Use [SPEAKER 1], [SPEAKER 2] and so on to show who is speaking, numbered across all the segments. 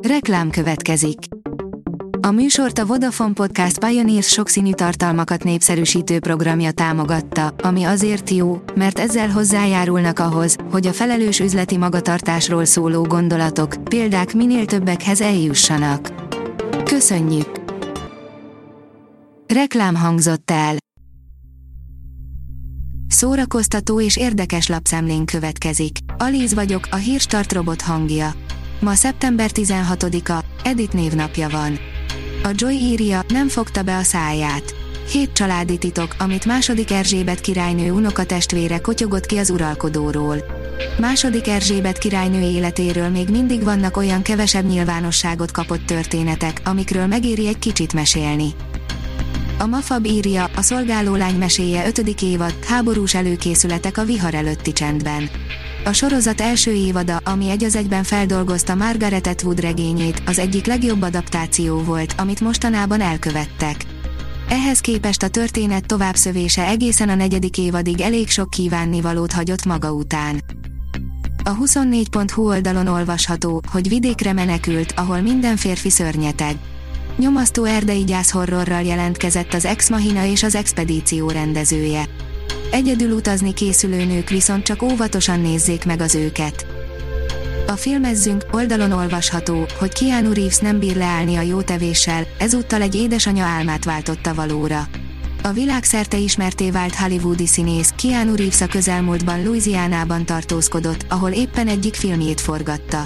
[SPEAKER 1] Reklám következik. A műsort a Vodafone Podcast Pioneers sokszínű tartalmakat népszerűsítő programja támogatta, ami azért jó, mert ezzel hozzájárulnak ahhoz, hogy a felelős üzleti magatartásról szóló gondolatok, példák minél többekhez eljussanak. Köszönjük! Reklám hangzott el. Szórakoztató és érdekes lapszemlén következik. Alíz vagyok, a Hírstart robot hangja. Ma szeptember 16-a, Edith névnapja van. A Joy írja, nem fogta be a száját. 7 családi titok, amit II. Erzsébet királynő unokatestvére kotyogott ki az uralkodóról. II. Erzsébet királynő életéről még mindig vannak olyan kevesebb nyilvánosságot kapott történetek, amikről megéri egy kicsit mesélni. A Mafab írja, a szolgálólány meséje 5. évad, háborús előkészületek a vihar előtti csendben. A sorozat első évada, ami egy az egyben feldolgozta Margaret Atwood regényét, az egyik legjobb adaptáció volt, amit mostanában elkövettek. Ehhez képest a történet továbbszövése egészen a 4. évadig elég sok kívánnivalót hagyott maga után. A 24.hu oldalon olvasható, hogy vidékre menekült, ahol minden férfi szörnyeteg. Nyomasztó erdei gyászhorrorral jelentkezett az Ex Machina és az Expedíció rendezője. Egyedül utazni készülő nők viszont csak óvatosan nézzék meg az őket. A Filmezzünk oldalon olvasható, hogy Keanu Reeves nem bír leállni a jótevéssel, ezúttal egy édesanyja álmát váltotta valóra. A világszerte ismertté vált hollywoodi színész Keanu Reeves a közelmúltban Louisianában tartózkodott, ahol éppen egyik filmjét forgatta.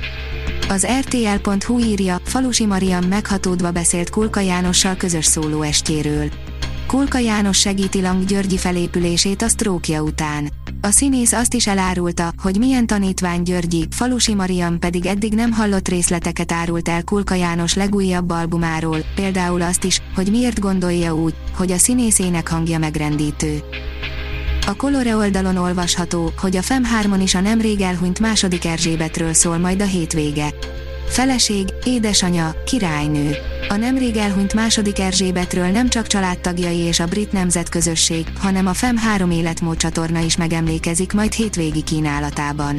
[SPEAKER 1] Az RTL.hu írja, Falusi Mariam meghatódva beszélt Kulka Jánossal közös szólóestjéről. Kulka János segíti Lang Györgyi felépülését a sztrókja után. A színész azt is elárulta, hogy milyen tanítvány Györgyi, Falusi Mariam pedig eddig nem hallott részleteket árult el Kulka János legújabb albumáról, például azt is, hogy miért gondolja úgy, hogy a színész énekhangja megrendítő. A Colore oldalon olvasható, hogy a FEM 3-on is a nemrég elhunyt II. Erzsébetről szól majd a hétvége. Feleség, édesanya, királynő. A nemrég elhunyt II. Erzsébetről nem csak családtagjai és a brit nemzetközösség, hanem a FEM 3 életmód csatorna is megemlékezik majd hétvégi kínálatában.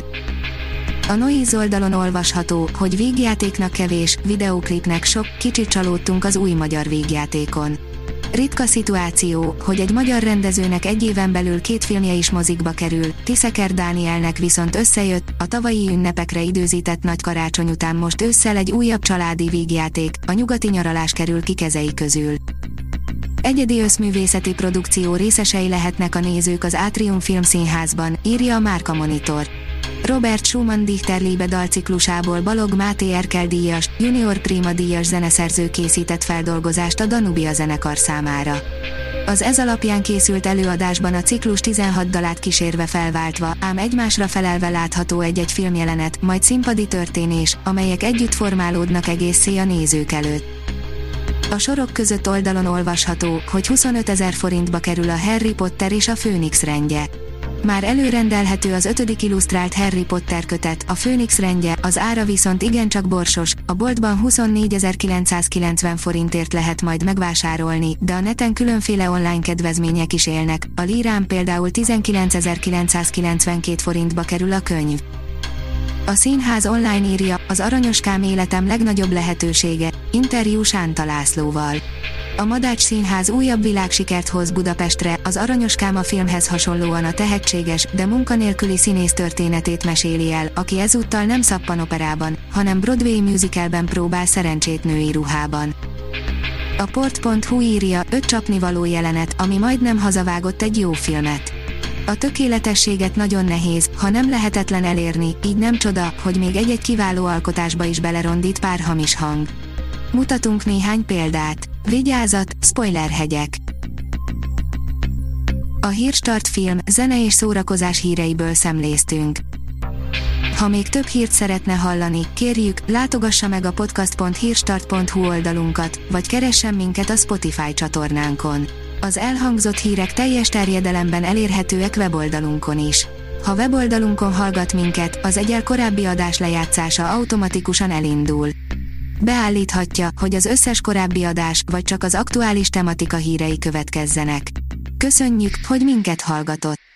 [SPEAKER 1] A Noise oldalon olvasható, hogy vígjátéknak kevés, videóklipnek sok, kicsit csalódtunk az új magyar vígjátékon. Ritka szituáció, hogy egy magyar rendezőnek egy éven belül 2 filmje is mozikba kerül, Tiszeker Dánielnek viszont összejött, a tavalyi ünnepekre időzített nagy karácsony után most ősszel egy újabb családi vígjáték, a nyugati nyaralás kerül ki kezei közül. Egyedi összművészeti produkció részesei lehetnek a nézők az Átrium Filmszínházban, írja a Márka Monitor. Robert Schumann Dichterliebe dalciklusából Balogh Máté Erkel díjas, Junior Prima díjas zeneszerző készített feldolgozást a Danubia zenekar számára. Az ez alapján készült előadásban a ciklus 16 dalát kísérve felváltva, ám egymásra felelve látható egy-egy filmjelenet, majd színpadi történés, amelyek együtt formálódnak egészé a nézők előtt. A sorok között oldalon olvasható, hogy 25 000 forintba kerül a Harry Potter és a Főnix rendje. Már előrendelhető az 5. illusztrált Harry Potter kötet, a Főnix rendje, az ára viszont igencsak borsos, a boltban 24.990 forintért lehet majd megvásárolni, de a neten különféle online kedvezmények is élnek, a Lírán például 19.992 forintba kerül a könyv. A Színház online írja, az Aranyoskám életem legnagyobb lehetősége, interjú Sánta Lászlóval. A Madács Színház újabb világsikert hoz Budapestre, az Aranyoskám a filmhez hasonlóan a tehetséges, de munkanélküli színész történetét meséli el, aki ezúttal nem szappanoperában, hanem Broadway musicalben próbál szerencsét női ruhában. A port.hu írja, 5 csapnivaló jelenet, ami majdnem hazavágott egy jó filmet. A tökéletességet nagyon nehéz, ha nem lehetetlen elérni, így nem csoda, hogy még egy-egy kiváló alkotásba is belerondít pár hamis hang. Mutatunk néhány példát. Vigyázat, spoilerhegyek! A Hírstart film, zene és szórakozás híreiből szemléztünk. Ha még több hírt szeretne hallani, kérjük, látogassa meg a podcast.hírstart.hu oldalunkat, vagy keressen minket a Spotify csatornánkon. Az elhangzott hírek teljes terjedelemben elérhetőek weboldalunkon is. Ha weboldalunkon hallgat minket, az egyel korábbi adás lejátszása automatikusan elindul. Beállíthatja, hogy az összes korábbi adás, vagy csak az aktuális tematika hírei következzenek. Köszönjük, hogy minket hallgatott!